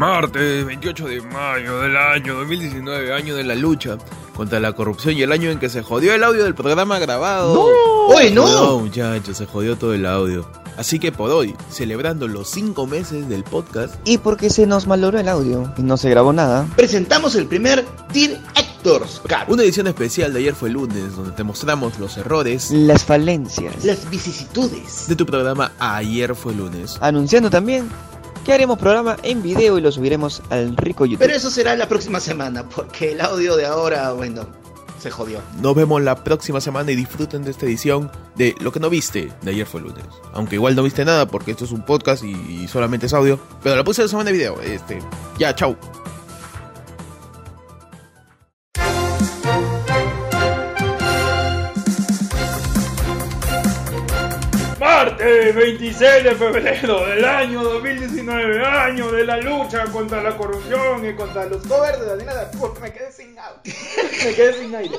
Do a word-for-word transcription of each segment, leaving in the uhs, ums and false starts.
Martes veintiocho de mayo del año dos mil diecinueve, año de la lucha contra la corrupción y el año en que se jodió el audio del programa grabado. ¡No! ¡Oye, no! No, muchachos, se jodió todo el audio. Así que por hoy, celebrando los cinco meses del podcast y porque se nos malogró el audio y no se grabó nada, presentamos el primer Director's Cut. Una edición especial de Ayer fue lunes, donde te mostramos los errores, las falencias, las vicisitudes de tu programa Ayer fue lunes, anunciando también que haremos programa en video y lo subiremos al rico YouTube. Pero eso será la próxima semana, porque el audio de ahora, bueno, se jodió. Nos vemos la próxima semana y disfruten de esta edición de Lo que no viste de Ayer fue lunes. Aunque igual no viste nada porque esto es un podcast y, y solamente es audio, pero la puse la semana de video. Este, ya, chau. Martes veintiséis de febrero del año dos mil diecinueve, año de la lucha contra la corrupción y contra los covers de la Liga de Fútbol. Me quedé sin aire. Me quedé sin aire.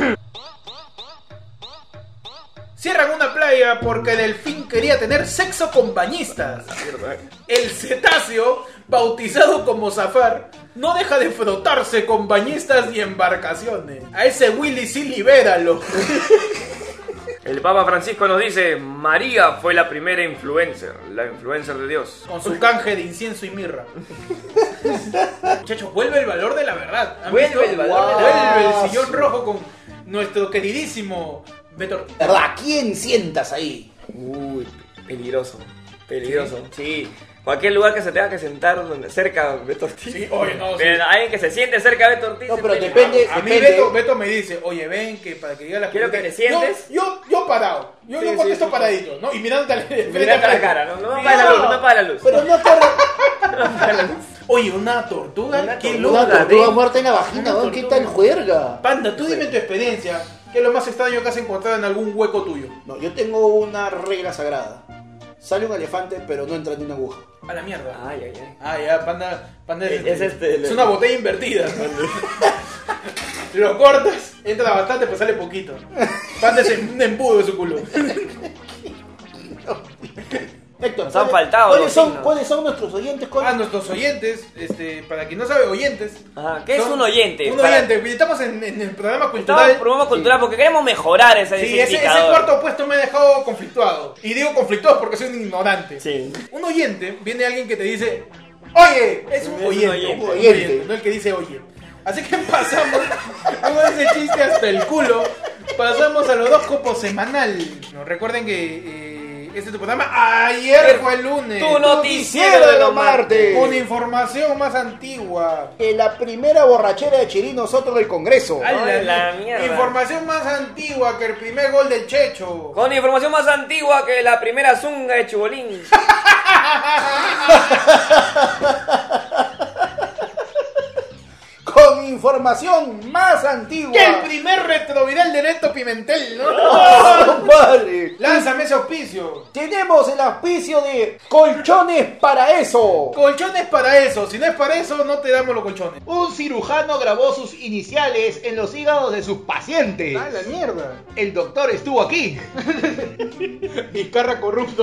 Cierran una playa porque Delfín quería tener sexo con bañistas. El cetáceo, bautizado como Zafar, no deja de frotarse con bañistas y embarcaciones. A ese Willy sí libéralo. El Papa Francisco nos dice, María fue la primera influencer, la influencer de Dios. Con su canje de incienso y mirra. Muchachos, vuelve el valor de la verdad. Vuelve visto? el valor wow. de la verdad. Vuelve el sillón rojo con nuestro queridísimo Beto Ortiz. ¿Verdad? ¿Quién sientas ahí? Uy, peligroso, peligroso. Sí. sí. Cualquier lugar que se tenga que sentar donde, cerca de Beto Ortiz. Sí, oye, no, sí. Alguien que se siente cerca de Beto Ortiz. No, pero se depende. A, a mí depende. Beto, Beto me dice, oye, ven que para que diga las Quiero que preguntas- te sientes. Yo, yo, yo parado. Yo, Sí, yo sí, contesto sí. paradito, ¿no? Y mirándote a la, Mirate a la cara, no, no me apague la luz, no me apague la luz. Pero no te. Oye, una tortuga, Una qué tortuga. Una loca. tortuga muerta en la vagina, Una ¿no? ¿Qué tortuga. tal juerga? Panda, tú dime tu experiencia. ¿Qué es lo más extraño que has encontrado en algún hueco tuyo? No, yo tengo una regla sagrada. Sale un elefante, pero no entra ni una aguja. A la mierda. Ay, ay, ay. Ah, ya, panda, panda es, Es- este, es este, es el- una botella invertida. Lo cortas, entra bastante, pues sale poquito. Panda es un embudo de su culo. Héctor, Nos han ¿cuáles- faltado ¿cuáles los son, signos. ¿cuáles son nuestros oyentes? A ¿Cuáles- nuestros oyentes, este, para quien no sabe, oyentes. Ajá, ¿qué es son- un oyente? Un Para- oyente, estamos en, en el programa Estamos cultural. en programa cultural porque queremos mejorar ese, Sí, ese ese, ese indicador. cuarto puesto me ha dejado conflictuado. Y digo conflictuado porque soy un ignorante. Sí. Un oyente, viene alguien que te dice, oye, es un Es un oyente, oyente. un Oyente. oyente, no el que dice oye. Así que pasamos, como ese chiste hasta el culo, pasamos al horóscopo semanal. No, recuerden que eh, este es tu programa, ayer fue el lunes. Tu noticiero de los martes. Con información más antigua. Que la primera borrachera de Chirino Soto del Congreso. A Ay, la mierda. Información más antigua que el primer gol del Checho. Con información más antigua que la primera zunga de Chubolín. Con información más antigua. Que el primer retroviral de Neto Pimentel, ¿no? ¡Oh, madre! Lánzame ese auspicio. Tenemos el auspicio de Colchones para eso. Colchones para eso. Si no es para eso, no te damos los colchones. Un cirujano grabó sus iniciales en los hígados de sus pacientes. ¡Ah, la mierda! El doctor estuvo aquí. Vizcarra corrupto.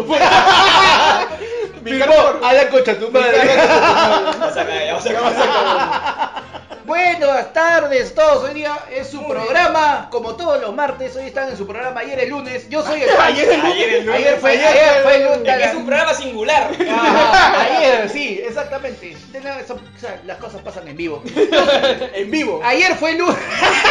Firmó a la concha tu madre. Vas a caer, vas a caer. Buenas tardes todos, hoy día es su programa, como todos los martes, hoy están en su programa Ayer el lunes, yo soy el Ayer el lunes. Ayer el lunes. ayer fue, Ayer ayer fue fue el el lunes. lunes, Es un programa singular. Ah, ayer, sí, exactamente, Tenga- eso- o sea, las cosas pasan en vivo, En vivo. ayer fue el lunes.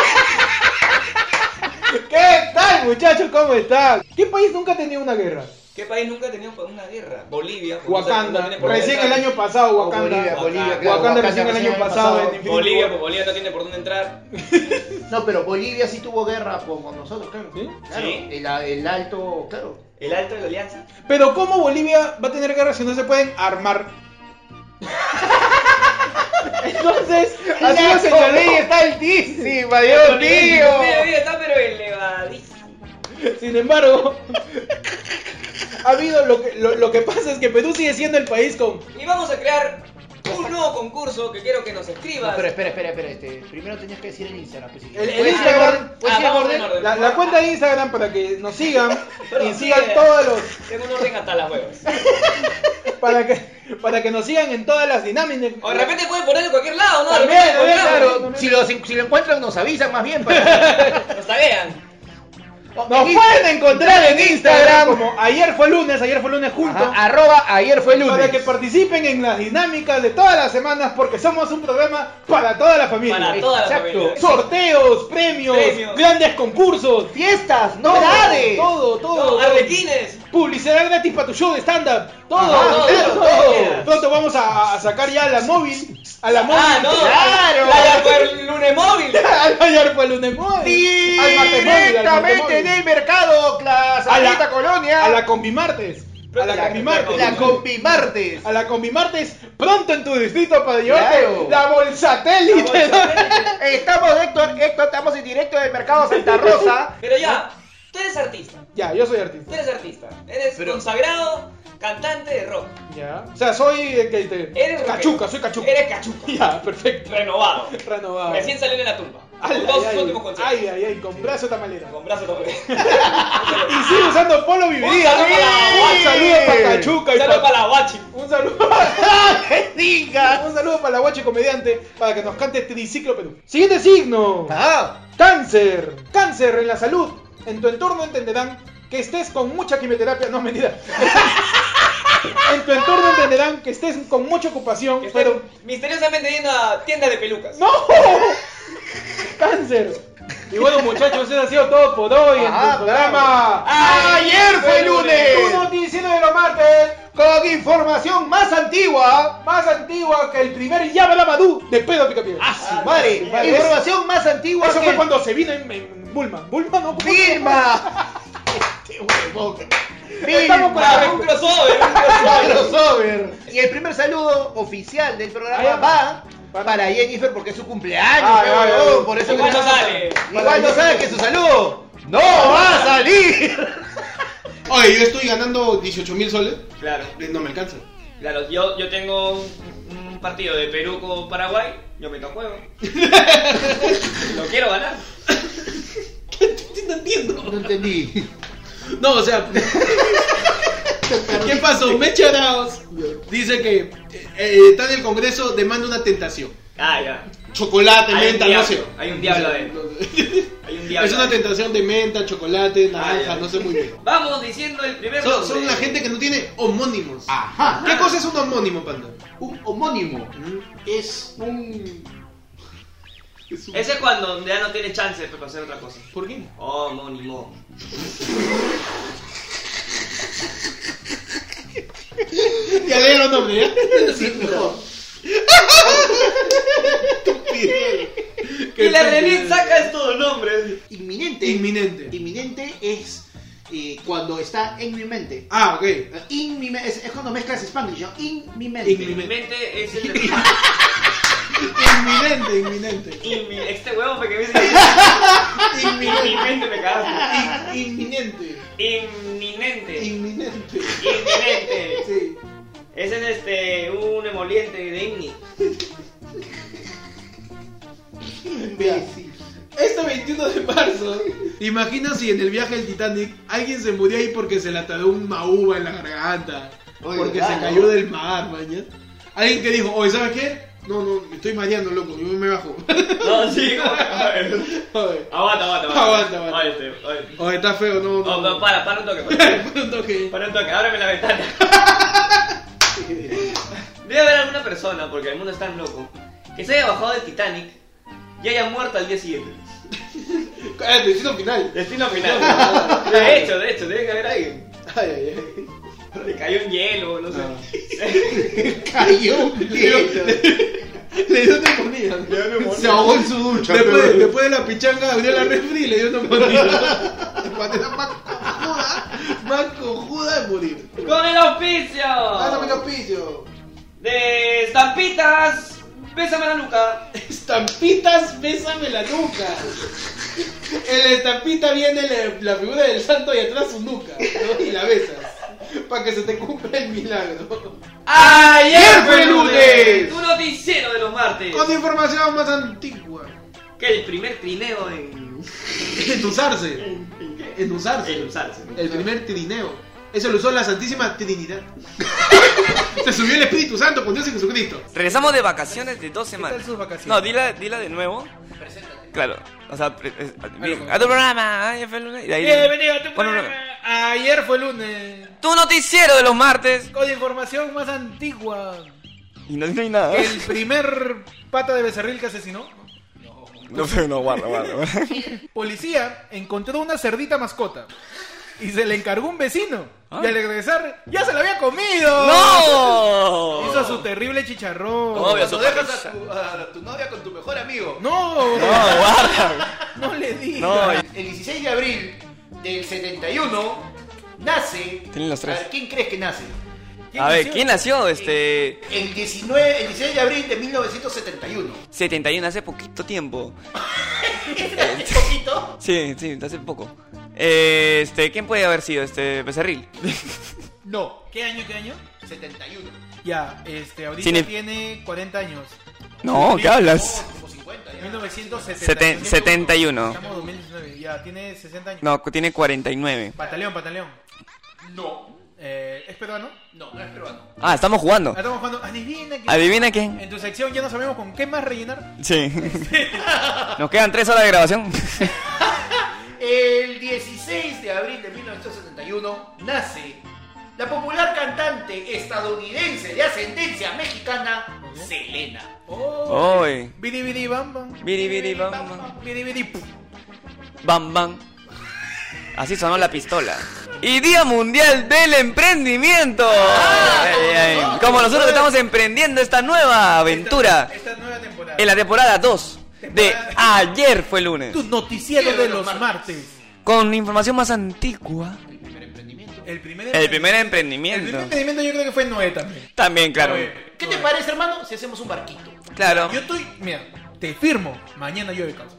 ¿Qué tal, muchachos? ¿Cómo están? ¿Qué país nunca ha tenido una guerra? ¿Qué país nunca ha tenido una guerra? Bolivia. porque Wakanda. no tiene por Recién dónde el entrar. año pasado, Oh, Wakanda. Bolivia, Bolivia, claro, Wakanda recién el recién año pasado. en Infinity Bolivia, War. pues Bolivia no tiene por dónde entrar. No, pero Bolivia sí tuvo guerra con, con nosotros, claro. ¿Sí? Claro, Sí. El, el alto, claro. El alto de la alianza. Pero ¿cómo Bolivia va a tener guerra si no se pueden armar? Entonces, así La lo señalé. ley está altísima, Dios mío. Bolivia está pero elevadísimo. Sin embargo, ha habido lo que, lo, lo que pasa es que Perú sigue siendo el país con... Y vamos a crear un un nuevo concurso que quiero que nos escribas. No, pero espera, espera, espera. Este, primero tenías que decir en Instagram. Pues, si El- el ¿Puedes ir Instagram- en orden? ¿Puedes Ah, ir en vamos orden? en orden. La, la cuenta de Instagram para que nos sigan Pero y sigan sí, todos los Tengo un orden hasta las huevas. para que para que nos sigan en todas las dinámicas. O de repente pueden ponerlo en cualquier lado, ¿no? De También, repente también, encontramos. claro. Si lo, si lo encuentran, nos avisan más bien. Para... Nos taguean. Nos pueden encontrar en Instagram como ayer fue lunes, ayer fue lunes juntos. Ajá, arroba ayer fue lunes. Para que participen en las dinámicas de todas las semanas porque somos un programa para toda la familia. Para toda la Exacto. familia. Sorteos, premios, Premios. grandes concursos, Fiestas, todo, novedades. todo, todo, No, todo. arlequines. Publicidad gratis para tu show de stand-up. Todo, Ajá, todo, todo, todo. todo. Pronto vamos a, a sacar ya la móvil. A la móvil. Ah, no. Claro. La ya fue el lunes móvil. Al ayer fue el lunes móvil. Al martes móvil, al martes Directamente móvil. del mercado, la A la- Santa Colonia. A la combimartes. A la La- combimartes. La combimartes. A la combimartes pronto en tu distrito para llevarte Claro. la bolsatélite. Estamos, Héctor, Héctor, estamos en directo del mercado Santa Rosa. Pero ya, tú eres artista. Ya, yo soy artista. Tú eres artista. Eres Pero- consagrado cantante de rock. Ya. O sea, soy eh, que te- Eres cachuca, rockero. soy cachuca. Eres cachuca. Ya, perfecto. Renovado. Renovado. Recién salió de la tumba. Ay, Con dos ay, últimos ay, conciertos. ay, ay, ay, con brazo tamalero. Con brazo doble. Y sigue usando polo Un viviría. saludo para la Un saludo para Cachuca y Un saludo pa- para la guachi. Un saludo. Diga. Un saludo para la guache comediante para que nos cante Triciclo Perú. Siguiente signo. Ah, Cáncer. Cáncer en la salud. En tu entorno entenderán que estés con mucha quimioterapia. No, mentira. En tu entorno entenderán que estés con mucha ocupación, Que pero... están misteriosamente yendo a tiendas de pelucas. ¡No! ¡Cáncer! Y bueno, muchachos, eso ha sido todo por hoy en Ah, tu programa. Ayer fue lunes. Tu noticiero de los martes. Con información más antigua. Más antigua que el primer Yabalabadú de Pedro Picapiedra. Ah, su madre. madre. Información más antigua Eso que fue cuando se vino en, en Bulma. ¿Bulma no? ¿Cómo se llama? Vilma. Este huevón. Estamos con Ah, la- un crossover, un crossover. crossover. Y el primer saludo oficial del programa Ah, va para- para Jennifer porque es su cumpleaños. Ay, pero ay, no, ay. por eso Igual que no no sale. Igual no sabe que su saludo no va a salir. Oye, yo estoy ganando dieciocho mil soles. Claro, Eh, No me alcanza. claro. Yo, yo tengo un, un partido de Perú con Paraguay. Yo meto a juego. Lo quiero ganar. No entiendo. No entendí. No, o sea. ¿Qué pasó? Mecha Arauz dice que eh, eh, está en el Congreso, demanda una tentación. Ah, ya. Chocolate, Hay un menta, no sé. diablo, hay un diablo adentro. Hay un diablo Es una adentro. tentación de menta, chocolate, naranja, Ah, ya. no sé muy bien. Vamos diciendo el primer Son, nombre. son la gente que no tiene homónimos. Ajá. ¿Qué cosa es un homónimo, Panda? Un homónimo es un. Es un- Ese es cuando ya no tiene chance para hacer otra cosa. ¿Por qué? Oh, monimo. Ya le dieron nombre, ¿ya? Sí, mejor. Y la Renin saca estos nombres. Inminente. Inminente. Inminente es eh, cuando está en mi mente. Ah, ok. Eh, In mi me- es, es cuando mezclas Spanglish, ¿no? In mi mente. In mi Mi mente es el. Inminente, inminente. Inmi- Este huevo que me dice. Inminente. Mi mente me cagaste. In- Inminente. Inminente. Inminente. Inminente. Sí. Ese es este. Un emoliente de Igni. Imbécil. Este veintiuno de marzo, imagina si en el viaje del Titanic alguien se murió ahí porque se le atoró un maúba en la garganta, Oye, porque ¿verdad, se no? cayó del mar, mañana. Alguien que dijo, oye, ¿sabes qué? No, no, me estoy mareando, loco, yo me bajo. No, sí, como. A ver. Oye, Aguanta, aguanta, aguanta. Aguanta, aguanta. Oye, este, oye. oye, está feo, no, Oh, no. no, para, para un toque, para. Un toque. Para un toque, ábreme la ventana. Debe haber alguna persona, porque el mundo es tan loco, que se haya bajado del Titanic y haya muerto al día siguiente. Ah, destino final. Destino final. De hecho, de hecho, debe que haber alguien. Ay, ay, ay. Le cayó en hielo, no sé. No. Cayó. Le dio neumonía. Se ahogó en su ducha. Después, pero- después de la pichanga abrió la refri y le dio neumonía. De manera más cojuda, más cojuda de morir. ¡Con el auspicio! Pásame el auspicio. De estampitas, bésame la nuca. Estampitas, bésame la nuca. En la estampita viene la, la figura del santo y atrás su nuca, ¿no? Y la besas. para que se te cumpla el milagro. ¡Ayer fue lunes! Tu noticiero de los martes. Con información más antigua. Que el primer trineo en... Endulzarse. Endulzarse. Endulzarse. El primer trineo. Eso lo usó la Santísima Trinidad. Se subió el Espíritu Santo con Dios y Jesucristo. Regresamos de vacaciones de dos ¿Qué semanas. tal sus vacaciones? No, dila, dila de nuevo. Preséntate. Claro. O sea, pre- es- bien, a tu programa. Ayer fue lunes. Y de ahí- Bienvenido a tu Bueno, programa. Ayer fue lunes. Tu noticiero de los martes. Con información más antigua. Y no, no hay nada. El primer pata de becerril que asesinó. No, pero no, guarda, guarda. guarda. Policía encontró una cerdita mascota y se le encargó un vecino. Ah. Y al regresar, ¡ya se la había comido! ¡No! Hizo su terrible chicharrón. Obvio, Cuando su dejas parrilla. a tu, a tu novia con tu mejor amigo. ¡No! No, guarda. No le digas. No, El dieciséis de abril del setenta y uno nace. Tienen los tres. A ver, ¿quién crees que nace? A ver, ¿quién nació? Este. El diecinueve, el dieciséis de abril de mil novecientos setenta y uno. setenta y uno, hace poquito tiempo. ¿Un poquito? Sí, sí, hace poco. Eh, Este, ¿quién puede haber sido? Este, Becerril. No. ¿Qué año, qué año? setenta y uno. Ya, este, ahorita Cine- tiene cuarenta años. No, ¿qué hablas? Como cincuenta ya. mil novecientos setenta. Seten- setenta y uno. Estamos en dos mil diecinueve. Ya, tiene sesenta años. No, tiene cuarenta y nueve. Bataleón, bataleón. No. Eh, ¿Es peruano? No, no es peruano. Ah, estamos jugando. Ah, estamos jugando. Adivina quién. ¿Adivina quién? En tu sección ya no sabemos con qué más rellenar. Sí. Nos quedan tres horas de grabación. El dieciséis de abril de mil novecientos setenta y uno nace la popular cantante estadounidense de ascendencia mexicana, Selena. Oh. Oy. Bidi bidi bam bam. Biri, biri, bam, bam. Bidi bidi pum. Bam, bam. Así sonó la pistola. Y Día Mundial del Emprendimiento. Ay, ay. Como nosotros estamos emprendiendo esta nueva aventura Esta, esta nueva temporada. en la temporada dos de Ayer fue lunes. Tu noticiero de los martes. Con información más antigua. El primer El primer El emprendimiento. primer emprendimiento yo creo que fue Noé también. También, claro. Noé. ¿Qué te parece, hermano, si hacemos un barquito? Claro. Yo estoy, mira, te firmo, mañana llueve causa.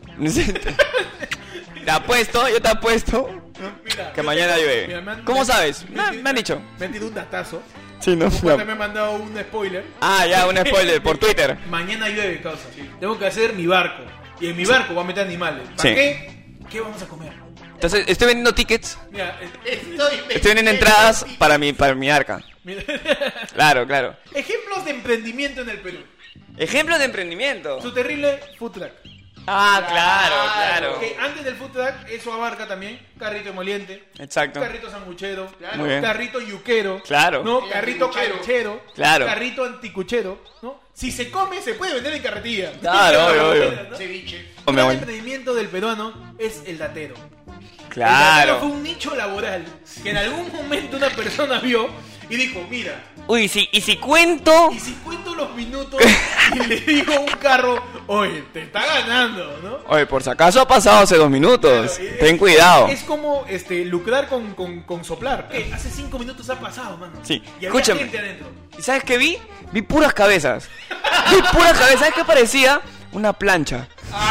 Te apuesto, yo te apuesto Mira, que yo mañana tengo- llueve. mira, me han- ¿Cómo me- sabes? me Me, han- me han dicho. Me han tirado un datazo. Sí, no. Aparte me han mandado un spoiler. Ah, ya, un spoiler por Twitter. Mañana llueve causa. Tengo que hacer mi barco. Y en mi barco voy a meter animales. ¿Para Sí. qué? ¿Qué vamos a comer? Entonces, estoy vendiendo tickets. Mira, eh, Estoy, Estoy vendiendo entradas para mi, para mi arca. mira. Claro, claro. Ejemplos de emprendimiento en el Perú. Ejemplo de emprendimiento. Su terrible food truck. Ah, claro, claro. Que antes del food truck, eso abarca también carrito emoliente, Exacto. carrito sanguchero, Muy bien. carrito yuquero, Claro. ¿no? El Carrito anticuchero. canchero, Claro. carrito anticuchero, ¿no? Si se come, se puede vender en carretilla. Claro, obvio, obvio. ¿no? Ceviche. O mi El abuelo. emprendimiento del peruano es el datero. El datero fue Claro. un nicho laboral que en algún momento una persona vio y dijo, mira, Uy, sí, y si cuento. y si cuento los minutos y le digo a un carro, oye, te está ganando, ¿no? Oye, por si acaso ha pasado hace dos minutos. Claro, es- Ten cuidado. Es como este lucrar con, con, con soplar. ¿Qué? Hace cinco minutos ha pasado, mano. Sí, Y había escúchame. gente adentro. ¿Y sabes qué vi? Vi puras cabezas. Vi puras cabezas. ¿Sabes qué parecía? Una plancha.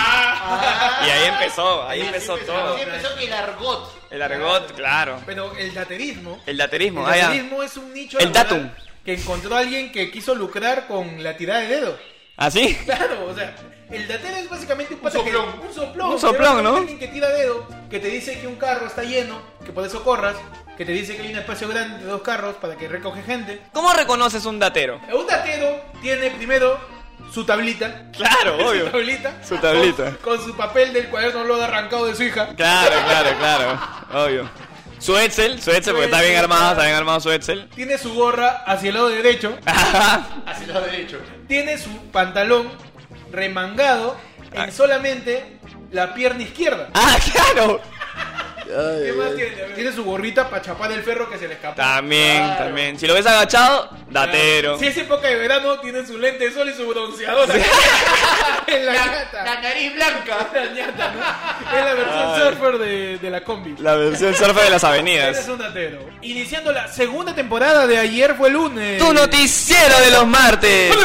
Y ahí empezó, ahí empezó todo. Así empezó el argot. El argot, claro. Pero el daterismo. El daterismo, el ah, ya. daterismo es un nicho El laboral datum. que encontró a alguien que quiso lucrar con la tirada de dedo. ¿Así? Claro, o sea, el datero es básicamente un, pata que- soplón. un soplón. Un soplón, que ¿no? Alguien que tira dedo, que te dice que un carro está lleno, que por eso corras, que te dice que hay un espacio grande de dos carros para que recoge gente. ¿Cómo reconoces un datero? Un datero tiene primero su tablita. Claro, Su obvio. tablita. Su tablita. Con, con su papel del cuaderno lo arrancado de su hija. Claro, claro, claro. Obvio. Su Excel, su Excel, porque está bien armado, está bien armado su Excel. Tiene su gorra hacia el lado derecho. Hacia el lado derecho. Tiene su pantalón remangado en solamente la pierna izquierda. Ah, claro. ¿Qué más tiene? Tiene su gorrita para chapar el ferro que se le escapa. También, Claro. también. Si lo ves agachado, datero. Si es época de verano, tiene su lente de sol y su bronceador. En la La, ñata. la nariz blanca. La ñata, ¿no? Es la versión Ay. surfer de, de la combi. La versión surfer de las Eres avenidas. un datero. Iniciando la segunda temporada de Ayer fue lunes. Tu noticiero de los martes.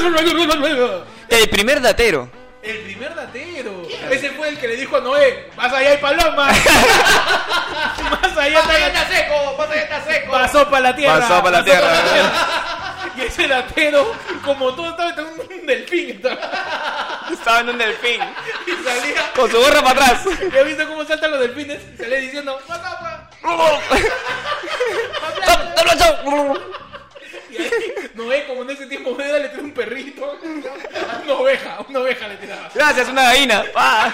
El primer datero. El primer datero. Ese fue el que le dijo a Noé: más allá hay paloma. Más allá Pasa, ya está. está seco. Pasa, ya está seco. Pasó pasó para la tierra. Pasó para la Pasó tierra. pa' la y ese latero, como todo estaba en un delfín. Estaba. Estaba en un delfín. Y salía. Con su gorra para atrás. ¿Y has visto cómo saltan los delfines? Y salía diciendo, ¡Macapa! Y ahí, Noé, como en ese tiempo era, le tiró un perrito. Una oveja, una oveja le tiraba. Gracias, una gallina. Ah.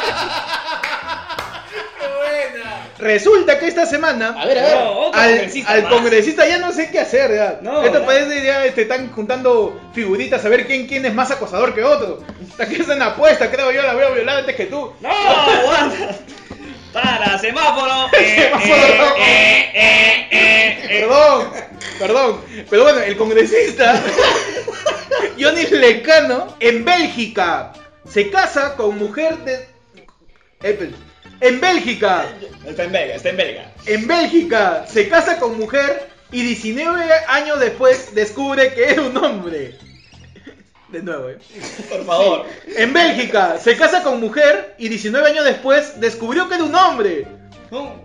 ¡Qué buena! Resulta que esta semana A ver, a ver. No, otro al, congresista al más. congresista ya no sé qué hacer, ya. No, Esto ya. parece ya este, están juntando figuritas a ver quién, quién es más acosador que otro. Hasta que es una apuesta, creo yo la voy a violar antes que tú. ¡No! ¡Aguanta! ¡Para! ¡Semáforo! Eh, Semáforo. eh, eh, eh, eh. Perdón, perdón. Pero bueno, el congresista Johnny Lecano en Bélgica se casa con mujer de... Eh, En Bélgica, Está en Belga, está en Belga. en Bélgica se casa con mujer y diecinueve años después descubre que era un hombre. De nuevo, ¿eh? Por favor. En Bélgica se casa con mujer y diecinueve años después descubrió que era un hombre. No.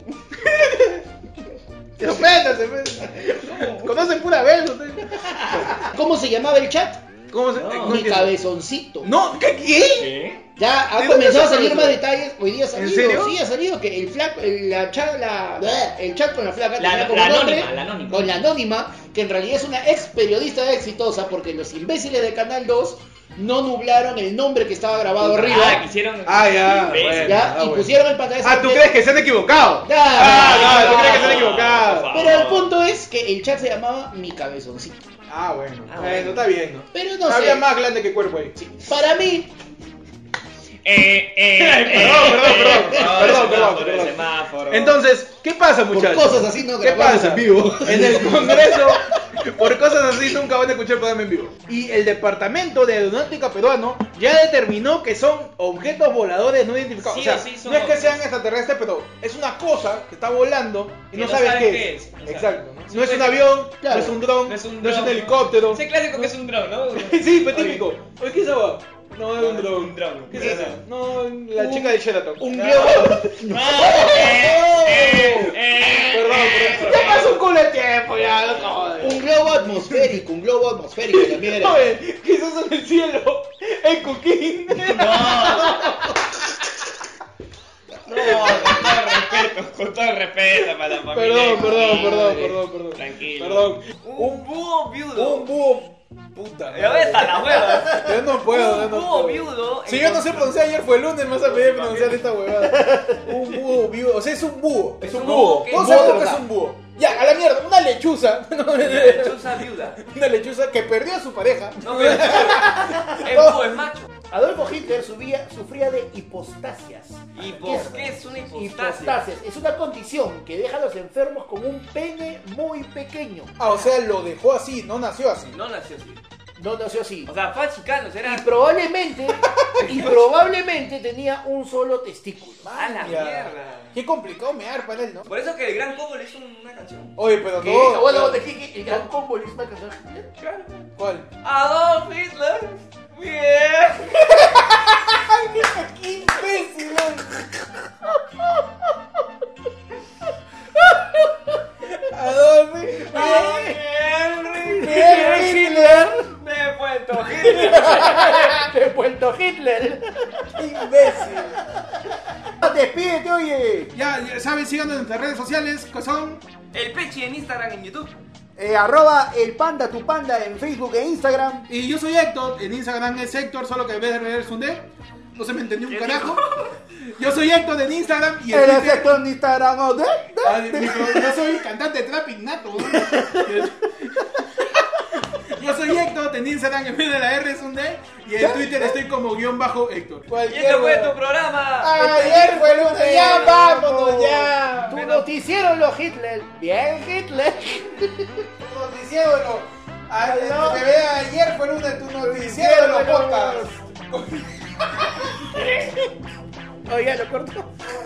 Se ofendan, se ofendan. Conocen pura vez ustedes. ¿Cómo se llamaba el chat? ¿Cómo se No. no Mi entiendo. cabezoncito. No, ¿qué? ¿Qué? ¿Qué? Ya ha ¿De dónde comenzado a sacaron salir eso? más detalles. Hoy día ha salido. ¿En serio? Sí, ha salido que el flaco, el, la chat, la, el chat con la flaca La- tenía como la nombre, anónima, la anónima. con la anónima, que en realidad es una ex periodista exitosa porque los imbéciles de Canal dos no nublaron el nombre que estaba grabado Ah, arriba. quisieron. Ah, ya, Sí, bueno. Ya, ah, y bueno. pusieron el pantalla. Ah, ¿tú crees que se han equivocado? Ya, Ah, no, ¿tú ya, crees que se han ya. equivocado? Por Pero el favor. punto es que el chat se llamaba Mi Cabezoncito. Ah, bueno. Ah, bueno, bueno. está bien, ¿no? Pero no Había sé. más grande que cuerpo ahí. Para mí, Eh, eh, Ay, perdón, perdón, perdón, No, perdón, el perdón, semáforo, perdón. el semáforo. Entonces, ¿qué pasa, por muchachos? cosas así no ¿Qué grabamos pasa? en vivo. En el Congreso, por cosas así nunca van a escuchar el programa en vivo. Y el Departamento de Aeronáutica peruano ya determinó que son objetos voladores no identificados. Sí o sea, o sí son no es que objetos. sean extraterrestres, pero es una cosa que está volando y Que no no sabes sabes qué qué es. es. O sea, Exacto. ¿no? es No un es un juguete. avión, Claro. no es un dron, No es un no es un dron, helicóptero. Ese clásico que es un dron, ¿no? Sí, pues típico. Oye, ¿qué es eso? No, es un dron. Un dron. ¿Qué es eso? No. No, la chica de Sheraton. un No. globo. No, eh, eh, eh, Perdón, eh, perdón. Ya pasó un culo de tiempo, ya, no jodas. Un globo atmosférico, un globo atmosférico también era. Oye, ¿qué es eso en el cielo? El coquín. No, con todo el respeto, con todo el respeto para la familia. Perdón, perdón, Sí, perdón, sí. perdón, perdón. Tranquilo. Perdón. Un búho viudo. Un búho. Puta. Ya ves a la hueva. Yo no puedo, yo Un no búho puedo. viudo. Si yo no sé pronunciar, ayer fue el lunes, me vas a pedir pronunciar esta huevada. Un búho viudo. O sea, es un búho. Es un búho. ¿Qué Todos búho? sabemos que es un búho. Ya, a la mierda. Una lechuza. Lechuza viuda. Una lechuza que perdió a su pareja. No, pero el búho es macho. Adolfo Hitler subía- sufría de hipostasias. ¿Y por qué es una hipostasia? Hipostasias es una condición que deja a los enfermos con un pene muy pequeño. Ah, o sea, lo dejó así, no nació así. No nació así. No nació así. O sea, fue chicano, será. Y probablemente, y probablemente tenía un solo testículo. A la Ya. mierda. Qué complicado mear para él, ¿no? Por eso que el gran combo le hizo una canción. Oye, pero ¿Qué? no. Bueno, ¿de qué- qué- el gran combo le hizo una canción a Hitler? Claro. ¿Cuál? Adolf Hitler. Bien. ¡Qué imbécil! Adolf Henry. Hitler. De Puerto Hitler. De Puerto Hitler. ¡Qué imbécil! ¡Despídete, oye! Ya, ya saben, síganos en nuestras redes sociales, que son El Pechi en Instagram, en YouTube. Eh, arroba el panda, tu panda en Facebook e Instagram. Y yo soy Héctor, en Instagram es Héctor, solo que en vez de leer es un D. No se me entendió un ¿Qué carajo. Yo soy Héctor en Instagram y en Eres Twitter. Héctor en Instagram. ¿O de? Ah, digo, yo soy cantante de trap innato. ¿no? Yo soy Héctor, en Instagram en vez de la R es un D. Y en Twitter estoy como guión bajo Héctor. Y este fue tu programa. Ayer fue el lunes, ya vámonos, ya. Tu noticiero los Hitler. Bien, Hitler. Noticiero, no. Ah, no. Que vea, ayer fue el lunes tu noticiero de los podcasts. Oiga, lo corto.